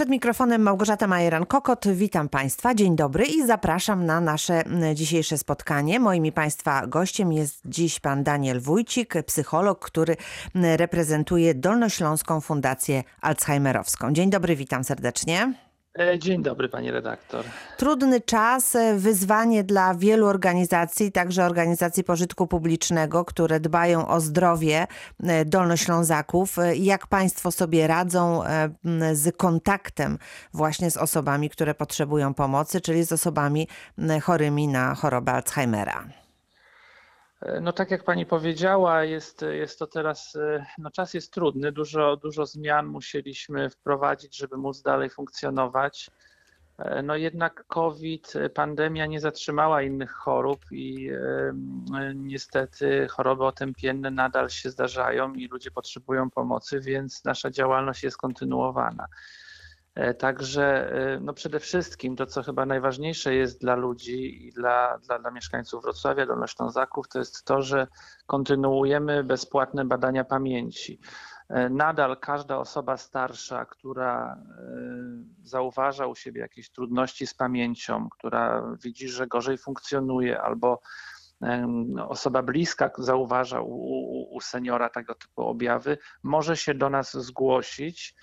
Przed mikrofonem Małgorzata Majeran-Kokot. Witam Państwa. Dzień dobry i zapraszam na nasze dzisiejsze spotkanie. Moim i Państwa gościem jest dziś pan Daniel Wójcik, psycholog, który reprezentuje Dolnośląską Fundację Alzheimerowską. Dzień dobry, witam serdecznie. Dzień dobry, pani redaktor. Trudny czas, wyzwanie dla wielu organizacji, także organizacji pożytku publicznego, które dbają o zdrowie Dolnoślązaków. Jak Państwo sobie radzą z kontaktem właśnie z osobami, które potrzebują pomocy, czyli z osobami chorymi na chorobę Alzheimera? No tak jak pani powiedziała, jest to teraz, czas jest trudny, dużo zmian musieliśmy wprowadzić, żeby móc dalej funkcjonować. No jednak COVID, pandemia nie zatrzymała innych chorób i niestety choroby otępienne nadal się zdarzają i ludzie potrzebują pomocy, więc nasza działalność jest kontynuowana. Także przede wszystkim to, co chyba najważniejsze jest dla ludzi i dla mieszkańców Wrocławia, Dolnoślązaków, to jest to, że kontynuujemy bezpłatne badania pamięci. Nadal każda osoba starsza, która zauważa u siebie jakieś trudności z pamięcią, która widzi, że gorzej funkcjonuje, albo osoba bliska zauważa u seniora tego typu objawy, może się do nas zgłosić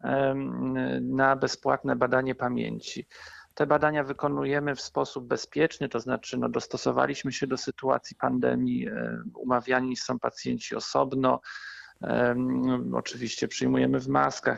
na bezpłatne badanie pamięci. Te badania wykonujemy w sposób bezpieczny, to znaczy dostosowaliśmy się do sytuacji pandemii, umawiani są pacjenci osobno, oczywiście przyjmujemy w maskach,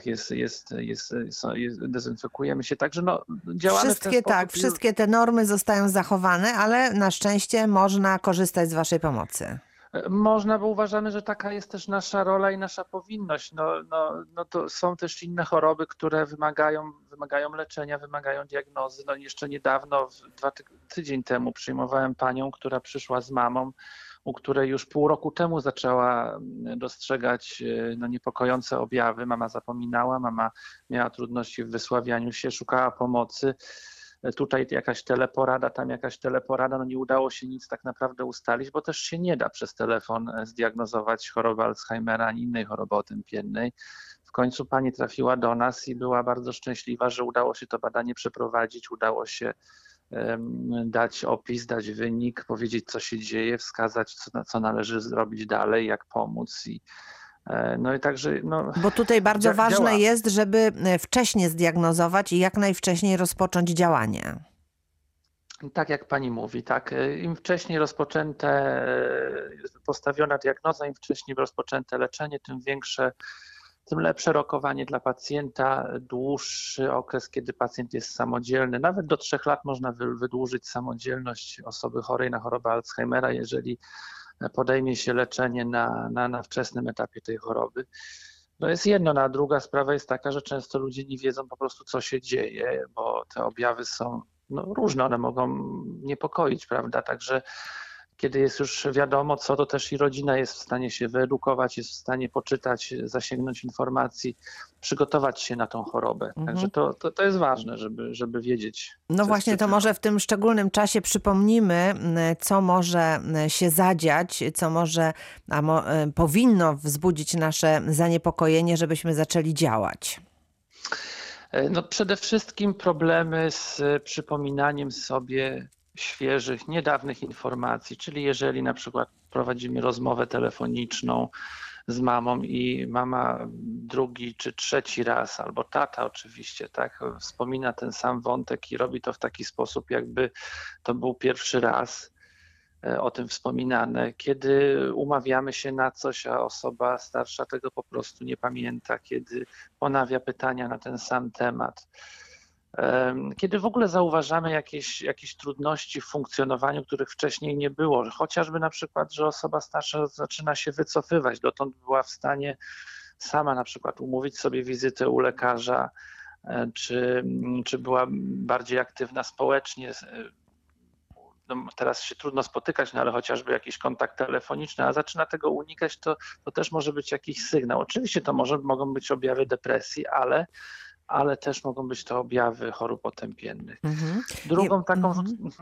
dezynfekujemy się, także działamy w ten sposób. Wszystkie te normy zostają zachowane, ale na szczęście można korzystać z waszej pomocy. Można, bo uważamy, że taka jest też nasza rola i nasza powinność. To są też inne choroby, które wymagają leczenia, wymagają diagnozy. Jeszcze niedawno, tydzień temu przyjmowałem panią, która przyszła z mamą, u której już pół roku temu zaczęła dostrzegać niepokojące objawy. Mama zapominała, mama miała trudności w wysławianiu się, szukała pomocy. Tutaj jakaś teleporada, tam jakaś teleporada, nie udało się nic tak naprawdę ustalić, bo też się nie da przez telefon zdiagnozować choroby Alzheimera ani innej choroby otępiennej. W końcu pani trafiła do nas i była bardzo szczęśliwa, że udało się to badanie przeprowadzić, udało się dać opis, dać wynik, powiedzieć, co się dzieje, wskazać, co należy zrobić dalej, jak pomóc. I także. Bo tutaj bardzo ważne jest, żeby wcześnie zdiagnozować i jak najwcześniej rozpocząć działanie. Tak jak pani mówi, tak. Im wcześniej postawiona diagnoza, im wcześniej rozpoczęte leczenie, tym lepsze rokowanie dla pacjenta, dłuższy okres, kiedy pacjent jest samodzielny. Nawet do 3 lat można wydłużyć samodzielność osoby chorej na chorobę Alzheimera, jeżeli podejmie się leczenie na wczesnym etapie tej choroby. Jest jedno, a druga sprawa jest taka, że często ludzie nie wiedzą po prostu, co się dzieje, bo te objawy są różne, one mogą niepokoić, prawda? Także kiedy jest już wiadomo co, to też i rodzina jest w stanie się wyedukować, jest w stanie poczytać, zasięgnąć informacji, przygotować się na tą chorobę. Także to jest ważne, żeby wiedzieć. Właśnie, to może w tym szczególnym czasie przypomnimy, co może się zadziać, co powinno wzbudzić nasze zaniepokojenie, żebyśmy zaczęli działać. Przede wszystkim problemy z przypominaniem sobie świeżych, niedawnych informacji, czyli jeżeli na przykład prowadzimy rozmowę telefoniczną z mamą i mama drugi czy trzeci raz, albo tata oczywiście, tak, wspomina ten sam wątek i robi to w taki sposób, jakby to był pierwszy raz o tym wspominane. Kiedy umawiamy się na coś, a osoba starsza tego po prostu nie pamięta, kiedy ponawia pytania na ten sam temat. Kiedy w ogóle zauważamy jakieś trudności w funkcjonowaniu, których wcześniej nie było, chociażby na przykład, że osoba starsza zaczyna się wycofywać, dotąd była w stanie sama na przykład umówić sobie wizytę u lekarza, czy była bardziej aktywna społecznie. Teraz się trudno spotykać, ale chociażby jakiś kontakt telefoniczny, a zaczyna tego unikać, to też może być jakiś sygnał. Oczywiście to mogą być objawy depresji, ale też mogą być to objawy chorób otępiennych. Drugą taką.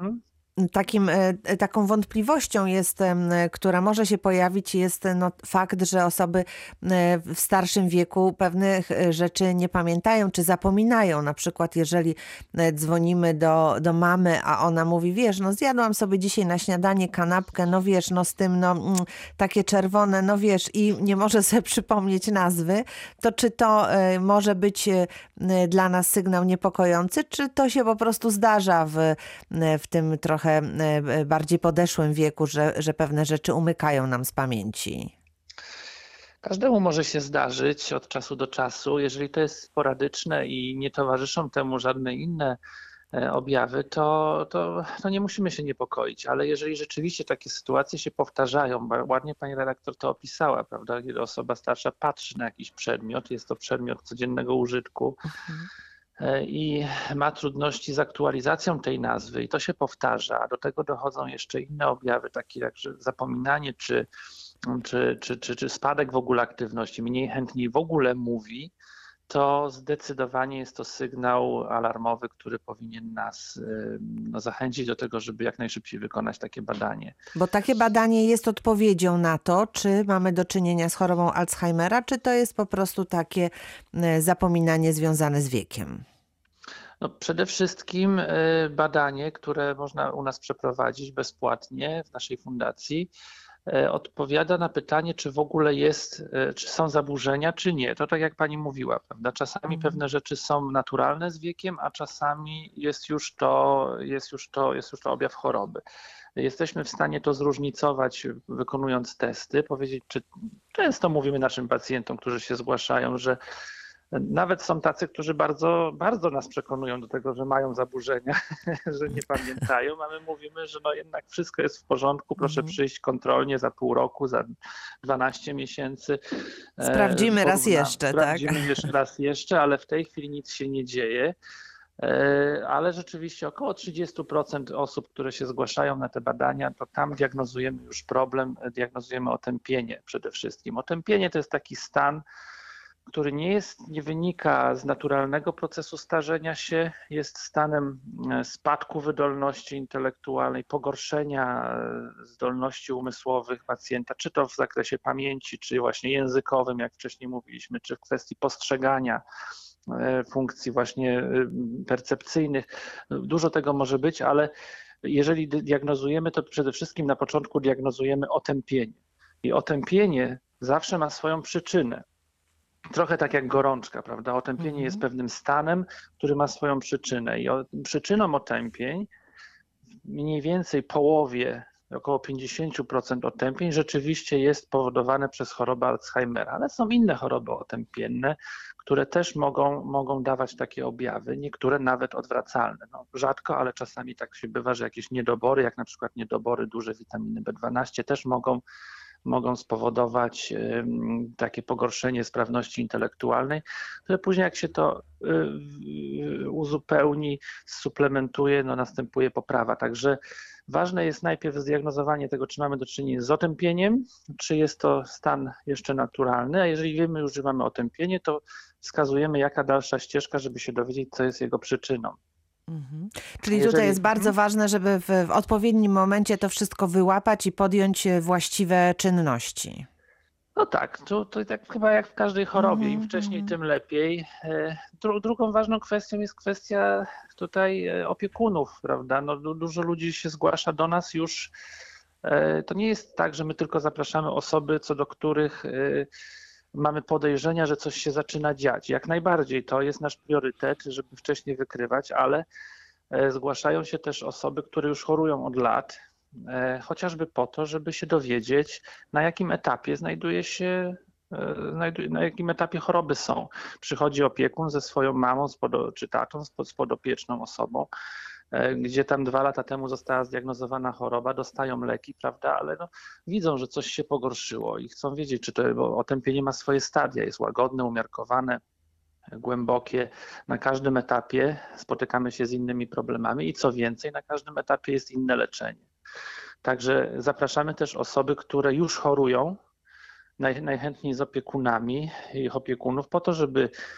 Taką wątpliwością jest, która może się pojawić, jest fakt, że osoby w starszym wieku pewnych rzeczy nie pamiętają czy zapominają. Na przykład jeżeli dzwonimy do mamy, a ona mówi, wiesz, zjadłam sobie dzisiaj na śniadanie kanapkę, wiesz, z tym, takie czerwone, wiesz, i nie może sobie przypomnieć nazwy, to czy to może być dla nas sygnał niepokojący, czy to się po prostu zdarza w tym trochę bardziej podeszłym wieku, że pewne rzeczy umykają nam z pamięci? Każdemu może się zdarzyć od czasu do czasu. Jeżeli to jest sporadyczne i nie towarzyszą temu żadne inne objawy, to nie musimy się niepokoić. Ale jeżeli rzeczywiście takie sytuacje się powtarzają, bo ładnie pani redaktor to opisała, prawda, kiedy osoba starsza patrzy na jakiś przedmiot, jest to przedmiot codziennego użytku, i ma trudności z aktualizacją tej nazwy i to się powtarza, a do tego dochodzą jeszcze inne objawy, takie jak zapominanie czy spadek w ogóle aktywności, mniej chętniej w ogóle mówi, to zdecydowanie jest to sygnał alarmowy, który powinien nas zachęcić do tego, żeby jak najszybciej wykonać takie badanie. Bo takie badanie jest odpowiedzią na to, czy mamy do czynienia z chorobą Alzheimera, czy to jest po prostu takie zapominanie związane z wiekiem? Przede wszystkim badanie, które można u nas przeprowadzić bezpłatnie w naszej fundacji, odpowiada na pytanie, czy w ogóle czy są zaburzenia, czy nie. To tak jak pani mówiła, prawda? Czasami pewne rzeczy są naturalne z wiekiem, a czasami jest już to objaw choroby. Jesteśmy w stanie to zróżnicować, wykonując testy, powiedzieć, czy często mówimy naszym pacjentom, którzy się zgłaszają, że nawet są tacy, którzy bardzo, bardzo nas przekonują do tego, że mają zaburzenia, że nie pamiętają, a my mówimy, że jednak wszystko jest w porządku, proszę przyjść kontrolnie za pół roku, za 12 miesięcy. Sprawdzimy raz jeszcze, Sprawdzimy raz jeszcze, ale w tej chwili nic się nie dzieje. Ale rzeczywiście około 30% osób, które się zgłaszają na te badania, to tam diagnozujemy już problem, diagnozujemy otępienie przede wszystkim. Otępienie to jest taki stan, który nie wynika z naturalnego procesu starzenia się, jest stanem spadku wydolności intelektualnej, pogorszenia zdolności umysłowych pacjenta, czy to w zakresie pamięci, czy właśnie językowym, jak wcześniej mówiliśmy, czy w kwestii postrzegania funkcji właśnie percepcyjnych. Dużo tego może być, ale jeżeli diagnozujemy, to przede wszystkim na początku diagnozujemy otępienie. I otępienie zawsze ma swoją przyczynę. Trochę tak jak gorączka, prawda? Otępienie jest pewnym stanem, który ma swoją przyczynę i przyczyną otępień w mniej więcej połowie, około 50% otępień rzeczywiście jest powodowane przez chorobę Alzheimera, ale są inne choroby otępienne, które też mogą dawać takie objawy, niektóre nawet odwracalne. Rzadko, ale czasami tak się bywa, że jakieś niedobory, jak na przykład niedobory duże witaminy B12 też mogą spowodować takie pogorszenie sprawności intelektualnej, które później jak się to uzupełni, suplementuje, następuje poprawa. Także ważne jest najpierw zdiagnozowanie tego, czy mamy do czynienia z otępieniem, czy jest to stan jeszcze naturalny, a jeżeli wiemy już, że mamy otępienie, to wskazujemy, jaka dalsza ścieżka, żeby się dowiedzieć, co jest jego przyczyną. Czyli tutaj jest bardzo ważne, żeby w odpowiednim momencie to wszystko wyłapać i podjąć właściwe czynności. Tak, to tak chyba jak w każdej chorobie, im wcześniej, tym lepiej. Drugą ważną kwestią jest kwestia tutaj opiekunów, prawda? Dużo ludzi się zgłasza do nas już. To nie jest tak, że my tylko zapraszamy osoby, co do których mamy podejrzenia, że coś się zaczyna dziać. Jak najbardziej to jest nasz priorytet, żeby wcześniej wykrywać, ale zgłaszają się też osoby, które już chorują od lat, chociażby po to, żeby się dowiedzieć, na jakim etapie na jakim etapie choroby są. Przychodzi opiekun ze swoją mamą czy tatą, z podopieczną osobą, gdzie tam 2 lata temu została zdiagnozowana choroba, dostają leki, prawda, ale widzą, że coś się pogorszyło i chcą wiedzieć, bo otępienie ma swoje stadia, jest łagodne, umiarkowane, głębokie. Na każdym etapie spotykamy się z innymi problemami i co więcej, na każdym etapie jest inne leczenie. Także zapraszamy też osoby, które już chorują, najchętniej z opiekunami, ich opiekunów, po to, żeby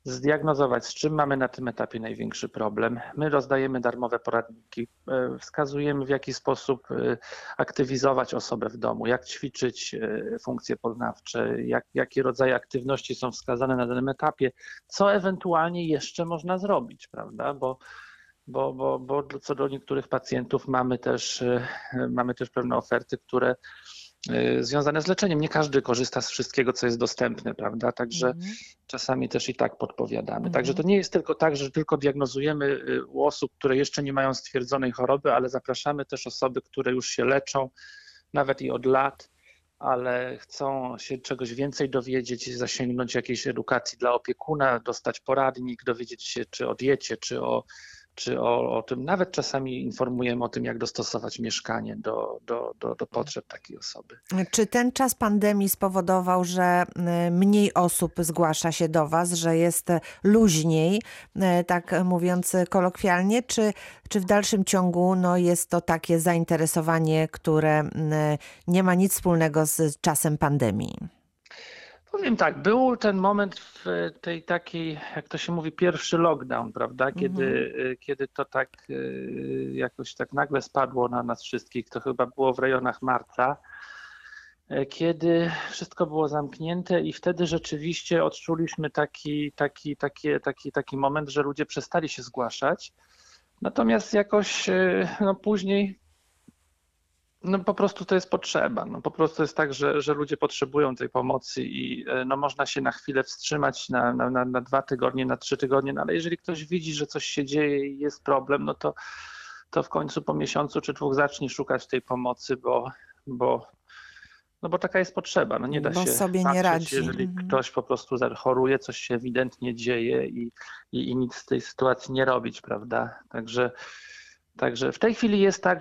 zdiagnozować, z czym mamy na tym etapie największy problem. My rozdajemy darmowe poradniki, wskazujemy, w jaki sposób aktywizować osobę w domu, jak ćwiczyć funkcje poznawcze, jakie rodzaje aktywności są wskazane na danym etapie, co ewentualnie jeszcze można zrobić, prawda? Bo co do niektórych pacjentów mamy też pewne oferty, które związane z leczeniem. Nie każdy korzysta z wszystkiego, co jest dostępne, prawda? Także czasami też i tak podpowiadamy. Także to nie jest tylko tak, że tylko diagnozujemy u osób, które jeszcze nie mają stwierdzonej choroby, ale zapraszamy też osoby, które już się leczą, nawet i od lat, ale chcą się czegoś więcej dowiedzieć, zasięgnąć jakiejś edukacji dla opiekuna, dostać poradnik, dowiedzieć się czy o diecie, czy o tym, nawet czasami informujemy o tym, jak dostosować mieszkanie do potrzeb takiej osoby. Czy ten czas pandemii spowodował, że mniej osób zgłasza się do Was, że jest luźniej, tak mówiąc kolokwialnie, czy w dalszym ciągu jest to takie zainteresowanie, które nie ma nic wspólnego z czasem pandemii? Powiem tak, był ten moment w tej takiej, jak to się mówi, pierwszy lockdown, prawda? Kiedy to tak jakoś tak nagle spadło na nas wszystkich, to chyba było w rejonach marca, kiedy wszystko było zamknięte i wtedy rzeczywiście odczuliśmy taki moment, że ludzie przestali się zgłaszać. Natomiast jakoś później po prostu to jest potrzeba. Po prostu jest tak, że ludzie potrzebują tej pomocy i można się na chwilę wstrzymać na 2 tygodnie, na 3 tygodnie, ale jeżeli ktoś widzi, że coś się dzieje i jest problem, to w końcu po miesiącu czy 2 zacznie szukać tej pomocy, bo taka jest potrzeba. Nie da się sobie patrzeć, nie radzi. jeżeli ktoś po prostu choruje, coś się ewidentnie dzieje i nic z tej sytuacji nie robić, prawda? Także w tej chwili jest tak,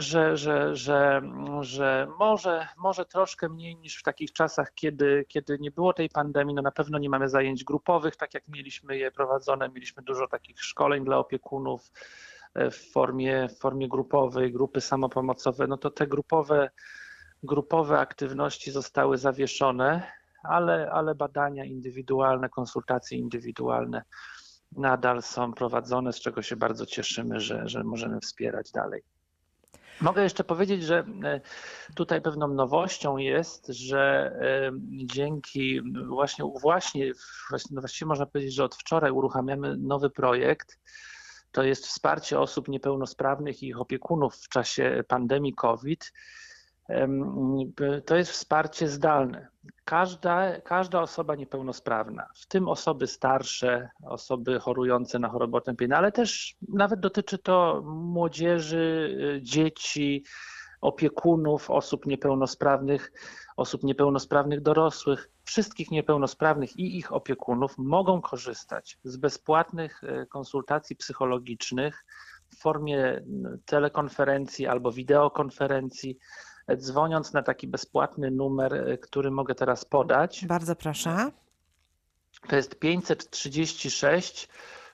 że może troszkę mniej niż w takich czasach, kiedy nie było tej pandemii. Na pewno nie mamy zajęć grupowych, tak jak mieliśmy je prowadzone. Mieliśmy dużo takich szkoleń dla opiekunów w formie grupowej, grupy samopomocowe. To te grupowe aktywności zostały zawieszone, ale badania indywidualne, konsultacje indywidualne nadal są prowadzone, z czego się bardzo cieszymy, że możemy wspierać dalej. Mogę jeszcze powiedzieć, że tutaj pewną nowością jest, że dzięki właściwie można powiedzieć, że od wczoraj uruchamiamy nowy projekt. To jest wsparcie osób niepełnosprawnych i ich opiekunów w czasie pandemii COVID. To jest wsparcie zdalne. Każda osoba niepełnosprawna, w tym osoby starsze, osoby chorujące na choroby otępienne, ale też nawet dotyczy to młodzieży, dzieci, opiekunów, osób niepełnosprawnych dorosłych, wszystkich niepełnosprawnych i ich opiekunów mogą korzystać z bezpłatnych konsultacji psychologicznych w formie telekonferencji albo wideokonferencji, dzwoniąc na taki bezpłatny numer, który mogę teraz podać. Bardzo proszę. To jest 536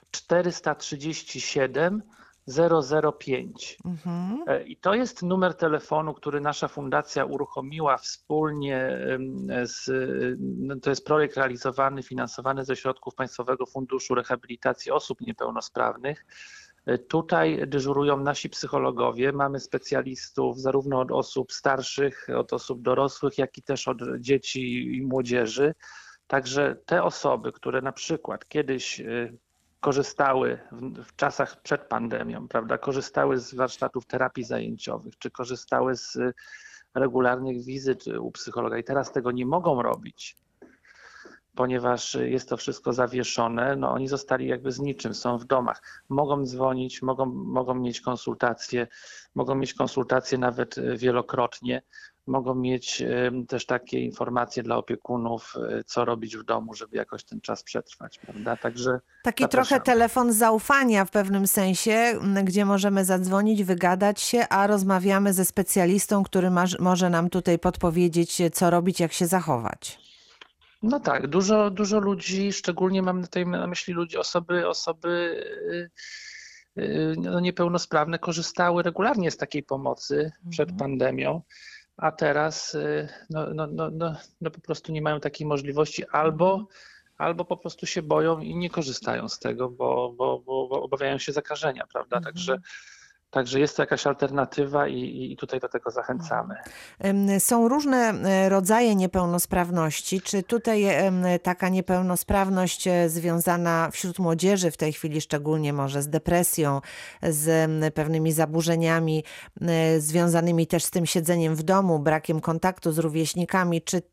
437 005. I to jest numer telefonu, który nasza fundacja uruchomiła wspólnie to jest projekt realizowany, finansowany ze środków Państwowego Funduszu Rehabilitacji Osób Niepełnosprawnych. Tutaj dyżurują nasi psychologowie, mamy specjalistów zarówno od osób starszych, od osób dorosłych, jak i też od dzieci i młodzieży. Także te osoby, które na przykład kiedyś korzystały w czasach przed pandemią, prawda, korzystały z warsztatów terapii zajęciowych, czy korzystały z regularnych wizyt u psychologa i teraz tego nie mogą robić, ponieważ jest to wszystko zawieszone, oni zostali jakby z niczym, są w domach. Mogą dzwonić, mogą mieć konsultacje nawet wielokrotnie, mogą mieć też takie informacje dla opiekunów, co robić w domu, żeby jakoś ten czas przetrwać, prawda? Także taki zapraszamy. trochę telefon zaufania w pewnym sensie, gdzie możemy zadzwonić, wygadać się, a rozmawiamy ze specjalistą, który może nam tutaj podpowiedzieć, co robić, jak się zachować. No tak, dużo ludzi, szczególnie mam tutaj na myśli ludzi, osoby niepełnosprawne korzystały regularnie z takiej pomocy przed pandemią, a teraz po prostu nie mają takiej możliwości albo po prostu się boją i nie korzystają z tego, bo obawiają się zakażenia, prawda? Także jest to jakaś alternatywa i tutaj do tego zachęcamy. Są różne rodzaje niepełnosprawności. Czy tutaj taka niepełnosprawność związana wśród młodzieży w tej chwili szczególnie może z depresją, z pewnymi zaburzeniami związanymi też z tym siedzeniem w domu, brakiem kontaktu z rówieśnikami, czy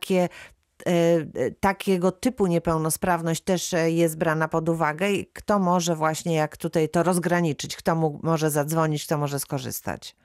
takiego typu niepełnosprawność też jest brana pod uwagę i kto może właśnie jak tutaj to rozgraniczyć, kto może zadzwonić, kto może skorzystać?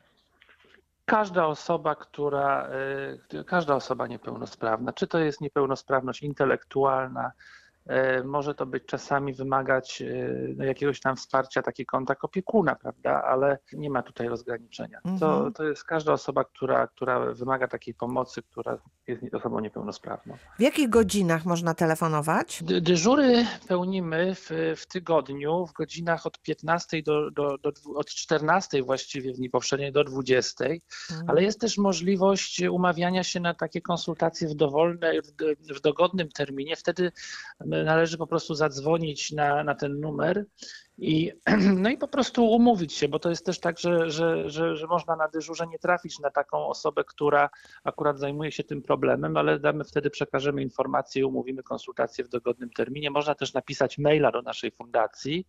Każda osoba niepełnosprawna, czy to jest niepełnosprawność intelektualna, może to być czasami wymagać jakiegoś tam wsparcia, taki kontakt opiekuna, prawda, ale nie ma tutaj rozgraniczenia. To jest każda osoba, która wymaga takiej pomocy, która jest osobą niepełnosprawną. W jakich godzinach można telefonować? Dyżury pełnimy w tygodniu w godzinach od 15 od 14 właściwie w dni powszedniej do 20, ale jest też możliwość umawiania się na takie konsultacje w dogodnym terminie. Wtedy należy po prostu zadzwonić na ten numer no i po prostu umówić się, bo to jest też tak, że można na dyżurze nie trafić na taką osobę, która akurat zajmuje się tym problemem, ale wtedy przekażemy informację i umówimy konsultację w dogodnym terminie. Można też napisać maila do naszej fundacji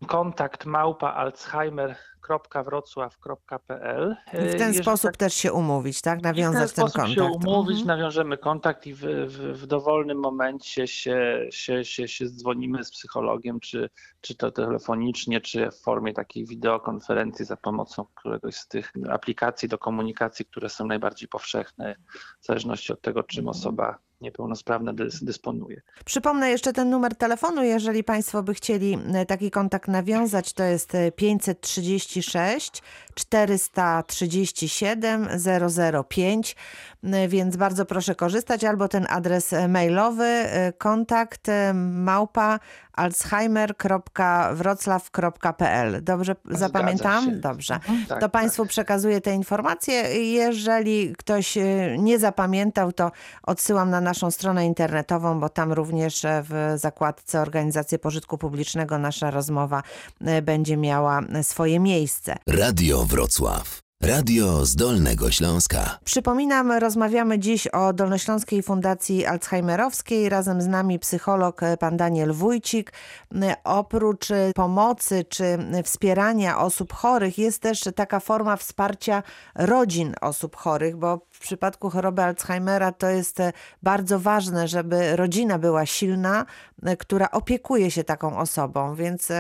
kontakt@alzheimer.wrocław.pl. I w ten sposób też się umówić, tak? Nawiązać ten kontakt. Się umówić, nawiążemy kontakt i w dowolnym momencie się dzwonimy z psychologiem, czy to telefonicznie, czy w formie takiej wideokonferencji za pomocą któregoś z tych aplikacji do komunikacji, które są najbardziej powszechne, w zależności od tego, czym osoba niepełnosprawna dysponuje. Przypomnę jeszcze ten numer telefonu, jeżeli Państwo by chcieli taki kontakt nawiązać, to jest 536 437 005, więc bardzo proszę korzystać, albo ten adres mailowy kontakt @alzheimer.wrocław.pl. Dobrze zapamiętam? Dobrze. Tak, to Państwu przekazuję te informacje. Jeżeli ktoś nie zapamiętał, to odsyłam na naszą stronę internetową, bo tam również w zakładce Organizacje Pożytku Publicznego nasza rozmowa będzie miała swoje miejsce. Radio Wrocław. Radio z Dolnego Śląska. Przypominam, rozmawiamy dziś o Dolnośląskiej Fundacji Alzheimerowskiej. Razem z nami psycholog pan Daniel Wójcik. Oprócz pomocy czy wspierania osób chorych jest też taka forma wsparcia rodzin osób chorych, bo w przypadku choroby Alzheimera to jest bardzo ważne, żeby rodzina była silna, która opiekuje się taką osobą. Więc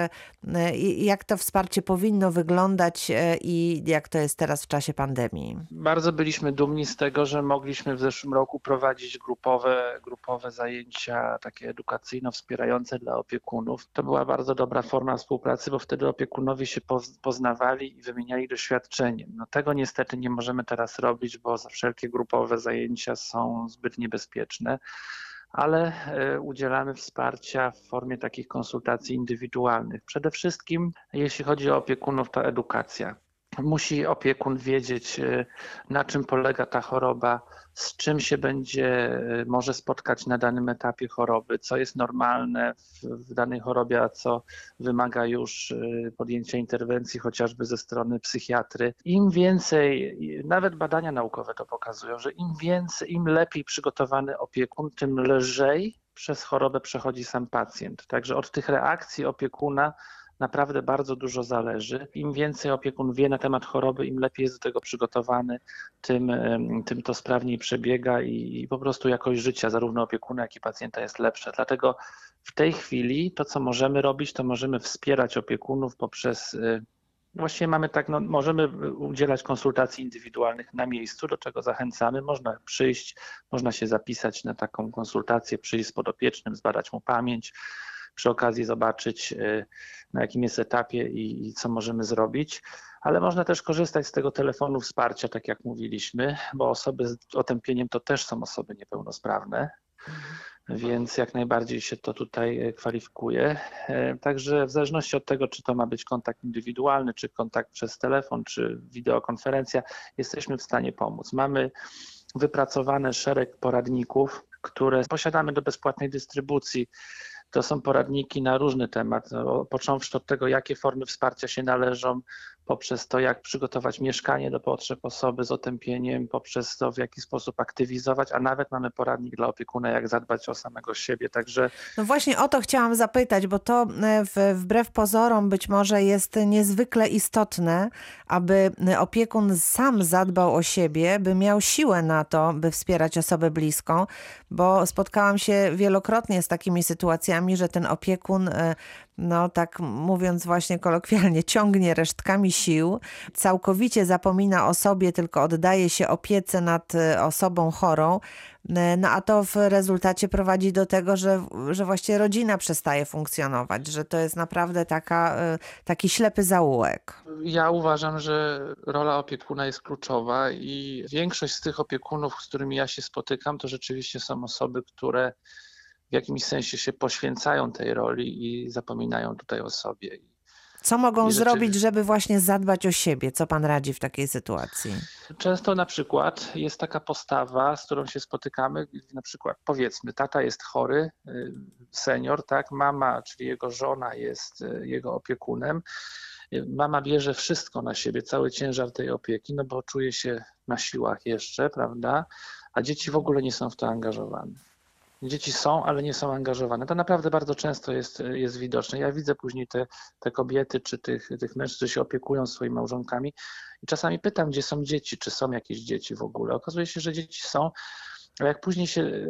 jak to wsparcie powinno wyglądać i jak to jest teraz w czasie pandemii? Bardzo byliśmy dumni z tego, że mogliśmy w zeszłym roku prowadzić grupowe zajęcia takie edukacyjno-wspierające dla opiekunów. To była bardzo dobra forma współpracy, bo wtedy opiekunowie się poznawali i wymieniali doświadczeniem. No tego niestety nie możemy teraz robić, bo za wszelkie grupowe zajęcia są zbyt niebezpieczne, ale udzielamy wsparcia w formie takich konsultacji indywidualnych. Przede wszystkim, jeśli chodzi o opiekunów, to edukacja. Musi opiekun wiedzieć, na czym polega ta choroba, z czym się może spotkać na danym etapie choroby, co jest normalne w danej chorobie, a co wymaga już podjęcia interwencji chociażby ze strony psychiatry. Im więcej, nawet badania naukowe to pokazują, że im lepiej przygotowany opiekun, tym lżej przez chorobę przechodzi sam pacjent. Także od tych reakcji opiekuna naprawdę bardzo dużo zależy. Im więcej opiekun wie na temat choroby, im lepiej jest do tego przygotowany, tym to sprawniej przebiega i po prostu jakość życia zarówno opiekuna, jak i pacjenta jest lepsza. Dlatego w tej chwili to, co możemy robić, to możemy wspierać opiekunów poprzez właściwie możemy udzielać konsultacji indywidualnych na miejscu, do czego zachęcamy. Można przyjść, można się zapisać na taką konsultację, przyjść z podopiecznym, zbadać mu pamięć, przy okazji zobaczyć, na jakim jest etapie i co możemy zrobić. Ale można też korzystać z tego telefonu wsparcia, tak jak mówiliśmy, bo osoby z otępieniem to też są osoby niepełnosprawne, więc jak najbardziej się to tutaj kwalifikuje. Także w zależności od tego, czy to ma być kontakt indywidualny, czy kontakt przez telefon, czy wideokonferencja, jesteśmy w stanie pomóc. Mamy wypracowane szereg poradników, które posiadamy do bezpłatnej dystrybucji To są poradniki na różny temat, począwszy od tego, jakie formy wsparcia się należą, poprzez to, jak przygotować mieszkanie do potrzeb osoby z otępieniem, poprzez to, w jaki sposób aktywizować, a nawet mamy poradnik dla opiekuna, jak zadbać o samego siebie. Także No właśnie o to chciałam zapytać, bo to wbrew pozorom być może jest niezwykle istotne, aby opiekun sam zadbał o siebie, by miał siłę na to, by wspierać osobę bliską, bo spotkałam się wielokrotnie z takimi sytuacjami, że ten opiekun, no tak mówiąc właśnie kolokwialnie, ciągnie resztkami sił, całkowicie zapomina o sobie, tylko oddaje się opiece nad osobą chorą. No a to w rezultacie prowadzi do tego, że właściwie rodzina przestaje funkcjonować, że to jest naprawdę taki ślepy zaułek. ja uważam, że rola opiekuna jest kluczowa i większość z tych opiekunów, z którymi ja się spotykam, to rzeczywiście są osoby, które w jakimś sensie się poświęcają tej roli i zapominają tutaj o sobie. Co mogą I zrobić, żeby właśnie zadbać o siebie? Co pan radzi w takiej sytuacji? Często na przykład jest taka postawa, z którą się spotykamy, na przykład powiedzmy, tata jest chory, senior, tak, mama, czyli jego żona jest jego opiekunem. Mama bierze wszystko na siebie, cały ciężar tej opieki, no bo czuje się na siłach jeszcze, prawda, a dzieci w ogóle nie są w to angażowane. Dzieci są, ale nie są angażowane. To naprawdę bardzo często jest widoczne. Ja widzę później te kobiety czy tych mężczyzn, którzy się opiekują swoimi małżonkami i czasami pytam, gdzie są dzieci, czy są jakieś dzieci w ogóle. Okazuje się, że dzieci są, ale jak później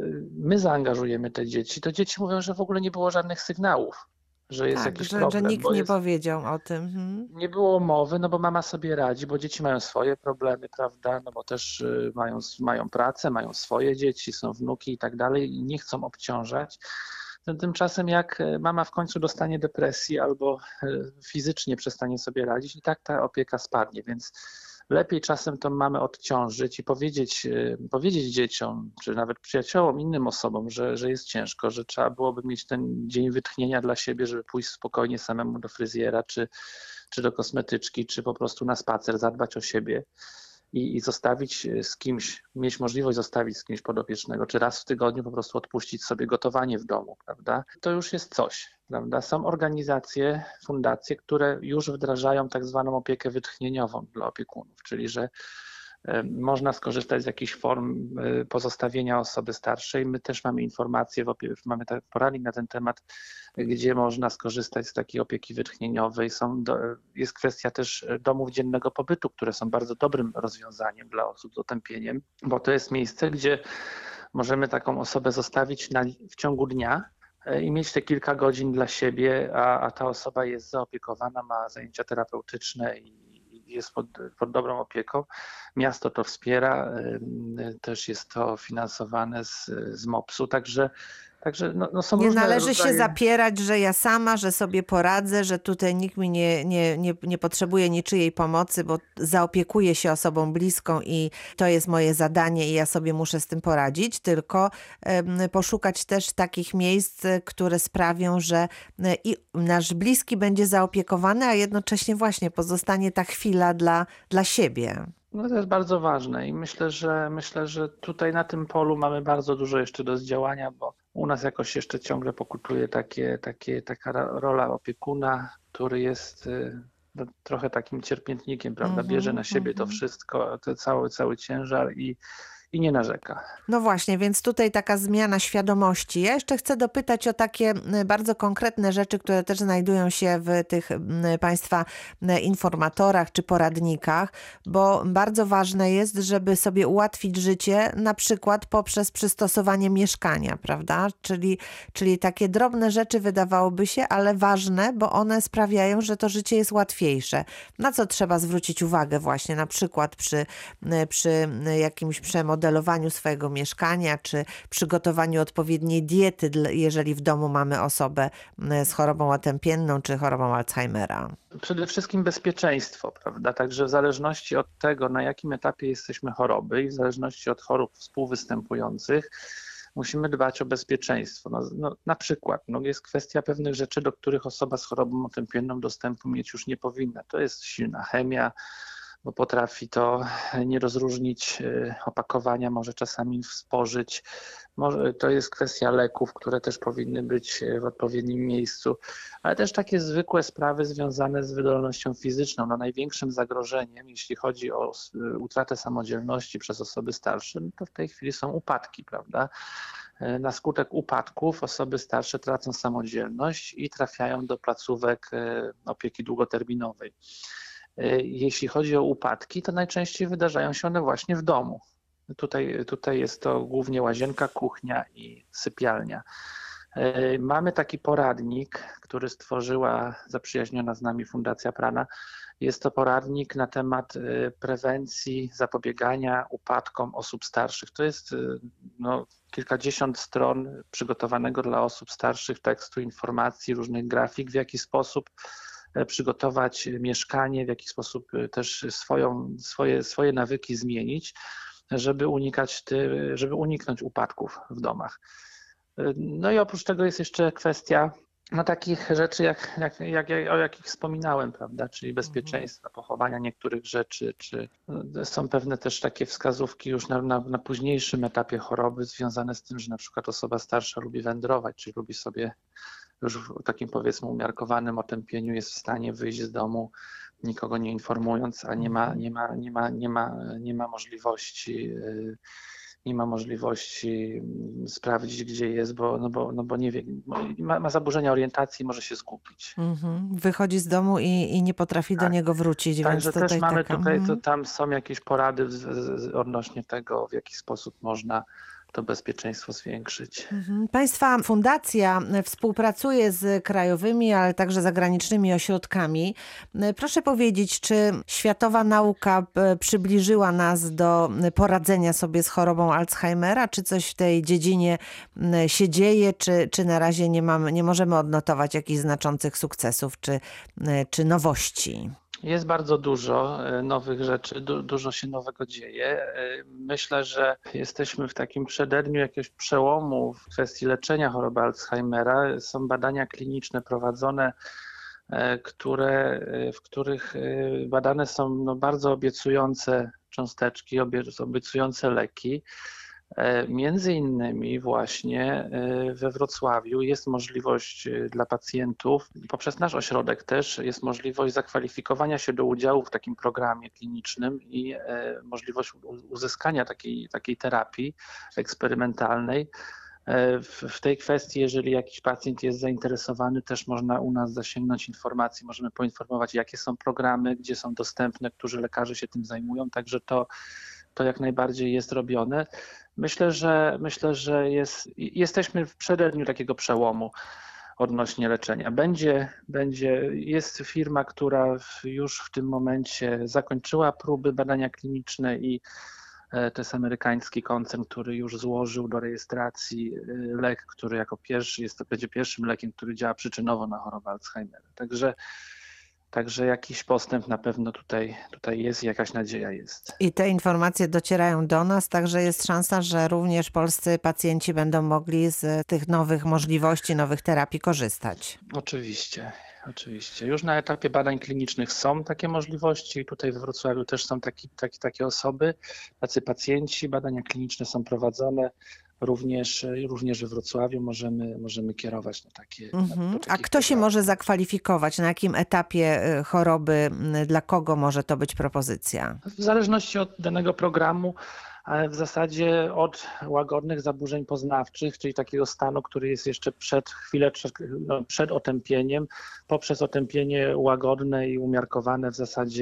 my zaangażujemy te dzieci, to dzieci mówią, że w ogóle nie było żadnych sygnałów, że jest Tak, jakiś że problem. nikt nie powiedział o tym. Nie było mowy, no bo mama sobie radzi, bo dzieci mają swoje problemy, prawda, no bo też mają pracę, mają swoje dzieci, są wnuki i tak dalej i nie chcą obciążać. Tymczasem jak mama w końcu dostanie depresji albo fizycznie przestanie sobie radzić, i tak ta opieka spadnie, więc lepiej czasem tą mamę odciążyć i powiedzieć dzieciom, czy nawet przyjaciołom, innym osobom, że jest ciężko, że trzeba byłoby mieć ten dzień wytchnienia dla siebie, żeby pójść spokojnie samemu do fryzjera, czy do kosmetyczki, czy po prostu na spacer, zadbać o siebie i zostawić z kimś, mieć możliwość zostawić z kimś podopiecznego, czy raz w tygodniu po prostu odpuścić sobie gotowanie w domu, prawda? To już jest coś, prawda? Są organizacje, fundacje, które już wdrażają tak zwaną opiekę wytchnieniową dla opiekunów, czyli że można skorzystać z jakichś form pozostawienia osoby starszej. My też mamy informacje, mamy poradnik na ten temat, gdzie można skorzystać z takiej opieki wytchnieniowej. Jest kwestia też domów dziennego pobytu, które są bardzo dobrym rozwiązaniem dla osób z otępieniem, bo to jest miejsce, gdzie możemy taką osobę zostawić w ciągu dnia i mieć te kilka godzin dla siebie, a ta osoba jest zaopiekowana, ma zajęcia terapeutyczne i jest pod dobrą opieką. Miasto to wspiera, też jest to finansowane z MOPS-u, także są Nie różne należy rodzaje... się zapierać, że ja sama, że sobie poradzę, że tutaj nikt mi nie potrzebuje niczyjej pomocy, bo zaopiekuję się osobą bliską i to jest moje zadanie i ja sobie muszę z tym poradzić, tylko poszukać też takich miejsc, które sprawią, że i nasz bliski będzie zaopiekowany, a jednocześnie właśnie pozostanie ta chwila dla siebie. No to jest bardzo ważne i myślę, że tutaj na tym polu mamy bardzo dużo jeszcze do zdziałania, bo u nas jakoś jeszcze ciągle pokutuje taka rola opiekuna, który jest trochę takim cierpiętnikiem, prawda? Bierze na siebie to wszystko, cały ciężar i nie narzeka. No właśnie, więc tutaj taka zmiana świadomości. Ja jeszcze chcę dopytać o takie bardzo konkretne rzeczy, które też znajdują się w tych Państwa informatorach czy poradnikach, bo bardzo ważne jest, żeby sobie ułatwić życie, na przykład poprzez przystosowanie mieszkania, prawda? Czyli takie drobne rzeczy wydawałoby się, ale ważne, bo one sprawiają, że to życie jest łatwiejsze. Na co trzeba zwrócić uwagę właśnie na przykład przy jakimś przemodelowaniu swojego mieszkania, czy przygotowaniu odpowiedniej diety, jeżeli w domu mamy osobę z chorobą otępienną, czy chorobą Alzheimera? Przede wszystkim bezpieczeństwo, prawda? Także w zależności od tego, na jakim etapie jesteśmy choroby i w zależności od chorób współwystępujących, musimy dbać o bezpieczeństwo. Na przykład jest kwestia pewnych rzeczy, do których osoba z chorobą otępienną dostępu mieć już nie powinna. To jest silna chemia, bo potrafi to nie rozróżnić opakowania, może czasami spożyć. To jest kwestia leków, które też powinny być w odpowiednim miejscu, ale też takie zwykłe sprawy związane z wydolnością fizyczną. No, największym zagrożeniem, jeśli chodzi o utratę samodzielności przez osoby starsze, no to w tej chwili są upadki, prawda? Na skutek upadków osoby starsze tracą samodzielność i trafiają do placówek opieki długoterminowej. Jeśli chodzi o upadki, to najczęściej wydarzają się one właśnie w domu. Tutaj jest to głównie łazienka, kuchnia i sypialnia. Mamy taki poradnik, który stworzyła zaprzyjaźniona z nami Fundacja Prana. Jest to poradnik na temat prewencji, zapobiegania upadkom osób starszych. To jest kilkadziesiąt stron przygotowanego dla osób starszych tekstu, informacji, różnych grafik, w jaki sposób przygotować mieszkanie, w jaki sposób też swoje nawyki zmienić, żeby uniknąć upadków w domach. No i oprócz tego jest jeszcze kwestia takich rzeczy, o jakich wspominałem, prawda, czyli bezpieczeństwa, pochowania niektórych rzeczy, czy są pewne też takie wskazówki już na późniejszym etapie choroby związane z tym, że na przykład osoba starsza lubi wędrować, czyli lubi sobie już w takim powiedzmy umiarkowanym otępieniu jest w stanie wyjść z domu, nikogo nie informując, a nie ma możliwości sprawdzić, gdzie jest, bo nie wie, ma zaburzenia orientacji, może się zgubić. Wychodzi z domu i nie potrafi do niego wrócić. Także więc też mamy tutaj, tam są jakieś porady odnośnie tego, w jaki sposób można to bezpieczeństwo zwiększyć. Państwa fundacja współpracuje z krajowymi, ale także zagranicznymi ośrodkami. Proszę powiedzieć, czy światowa nauka przybliżyła nas do poradzenia sobie z chorobą Alzheimera? Czy coś w tej dziedzinie się dzieje, czy na razie nie możemy odnotować jakichś znaczących sukcesów czy nowości? Jest bardzo dużo nowych rzeczy, dużo się nowego dzieje. Myślę, że jesteśmy w takim przededniu jakiegoś przełomu w kwestii leczenia choroby Alzheimera. Są badania kliniczne prowadzone, w których badane są bardzo obiecujące cząsteczki, obiecujące leki. Między innymi właśnie we Wrocławiu jest możliwość dla pacjentów, poprzez nasz ośrodek też jest możliwość zakwalifikowania się do udziału w takim programie klinicznym i możliwość uzyskania takiej terapii eksperymentalnej. W tej kwestii, jeżeli jakiś pacjent jest zainteresowany, też można u nas zasięgnąć informacji, możemy poinformować, jakie są programy, gdzie są dostępne, którzy lekarze się tym zajmują, także to jak najbardziej jest robione. Myślę, że jesteśmy w przededniu takiego przełomu odnośnie leczenia. Jest firma, która już w tym momencie zakończyła próby badania kliniczne i to jest amerykański koncern, który już złożył do rejestracji lek, który jako pierwszy będzie pierwszym lekiem, który działa przyczynowo na chorobę Alzheimera. Także jakiś postęp na pewno tutaj jest i jakaś nadzieja jest. I te informacje docierają do nas, także jest szansa, że również polscy pacjenci będą mogli z tych nowych możliwości, nowych terapii korzystać. Oczywiście. Już na etapie badań klinicznych są takie możliwości. Tutaj we Wrocławiu też są takie osoby, tacy pacjenci. Badania kliniczne są prowadzone. Również we Wrocławiu możemy kierować na takie. A kto się może zakwalifikować? Na jakim etapie choroby? Dla kogo może to być propozycja? W zależności od danego programu, ale w zasadzie od łagodnych zaburzeń poznawczych, czyli takiego stanu, który jest jeszcze przed otępieniem, poprzez otępienie łagodne i umiarkowane w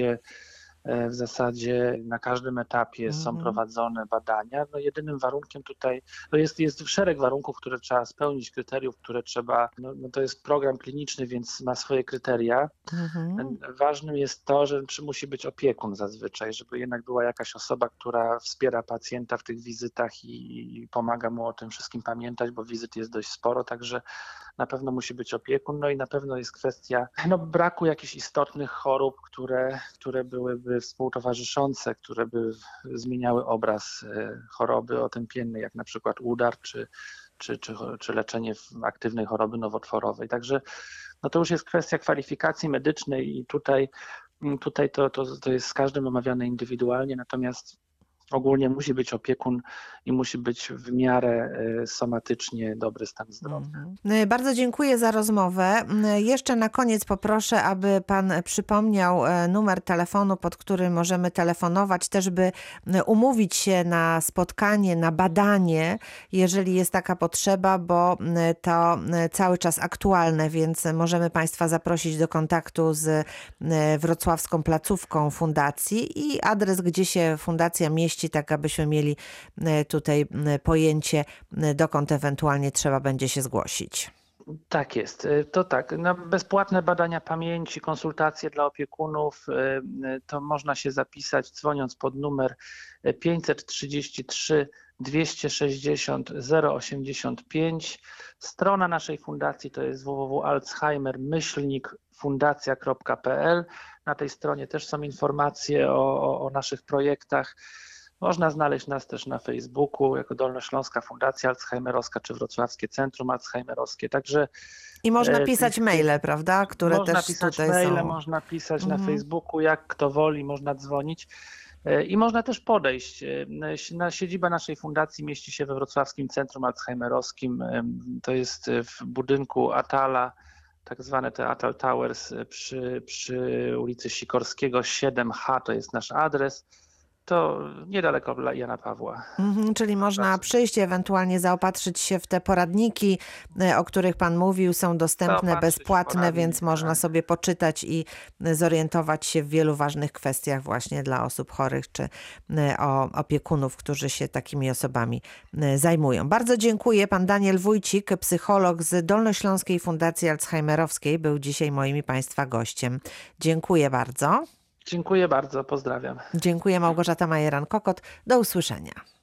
zasadzie na każdym etapie są prowadzone badania. Jedynym warunkiem tutaj, jest szereg warunków, które trzeba spełnić, kryteriów, które trzeba, to jest program kliniczny, więc ma swoje kryteria. Ważnym jest to, że musi być opiekun zazwyczaj, żeby jednak była jakaś osoba, która wspiera pacjenta w tych wizytach i pomaga mu o tym wszystkim pamiętać, bo wizyt jest dość sporo, także na pewno musi być opiekun, i na pewno jest kwestia braku jakichś istotnych chorób, które byłyby współtowarzyszące, które by zmieniały obraz choroby otępiennej, jak na przykład udar czy leczenie aktywnej choroby nowotworowej. Także to już jest kwestia kwalifikacji medycznej i tutaj Tutaj to jest z każdym omawiane indywidualnie, natomiast ogólnie musi być opiekun i musi być w miarę somatycznie dobry stan zdrowia. Bardzo dziękuję za rozmowę. Jeszcze na koniec poproszę, aby pan przypomniał numer telefonu, pod który możemy telefonować, też by umówić się na spotkanie, na badanie, jeżeli jest taka potrzeba, bo to cały czas aktualne, więc możemy państwa zaprosić do kontaktu z wrocławską placówką fundacji i adres, gdzie się fundacja mieści, tak abyśmy mieli tutaj pojęcie, dokąd ewentualnie trzeba będzie się zgłosić. Tak jest, to tak. Na bezpłatne badania pamięci, konsultacje dla opiekunów, to można się zapisać dzwoniąc pod numer 533 260 085. Strona naszej fundacji to jest www.alzheimer-fundacja.pl. Na tej stronie też są informacje o naszych projektach. Można znaleźć nas też na Facebooku jako Dolnośląska Fundacja Alzheimerowska czy Wrocławskie Centrum Alzheimerowskie. Także i można pisać maile, prawda? Które można też pisać tutaj maile, są. można pisać na Facebooku, jak kto woli, można dzwonić. I można też podejść. Siedziba naszej fundacji mieści się we Wrocławskim Centrum Alzheimerowskim. To jest w budynku Atala, tak zwane te Atal Towers przy ulicy Sikorskiego 7H, to jest nasz adres. To niedaleko Jana Pawła. Czyli można przyjść, ewentualnie zaopatrzyć się w te poradniki, o których pan mówił, są dostępne bezpłatne, więc można sobie poczytać i zorientować się w wielu ważnych kwestiach właśnie dla osób chorych, czy opiekunów, którzy się takimi osobami zajmują. Bardzo dziękuję. Pan Daniel Wójcik, psycholog z Dolnośląskiej Fundacji Alzheimerowskiej, był dzisiaj moim i państwa gościem. Dziękuję bardzo. Dziękuję bardzo, pozdrawiam. Dziękuję, Małgorzata Majeran-Kokot. Do usłyszenia.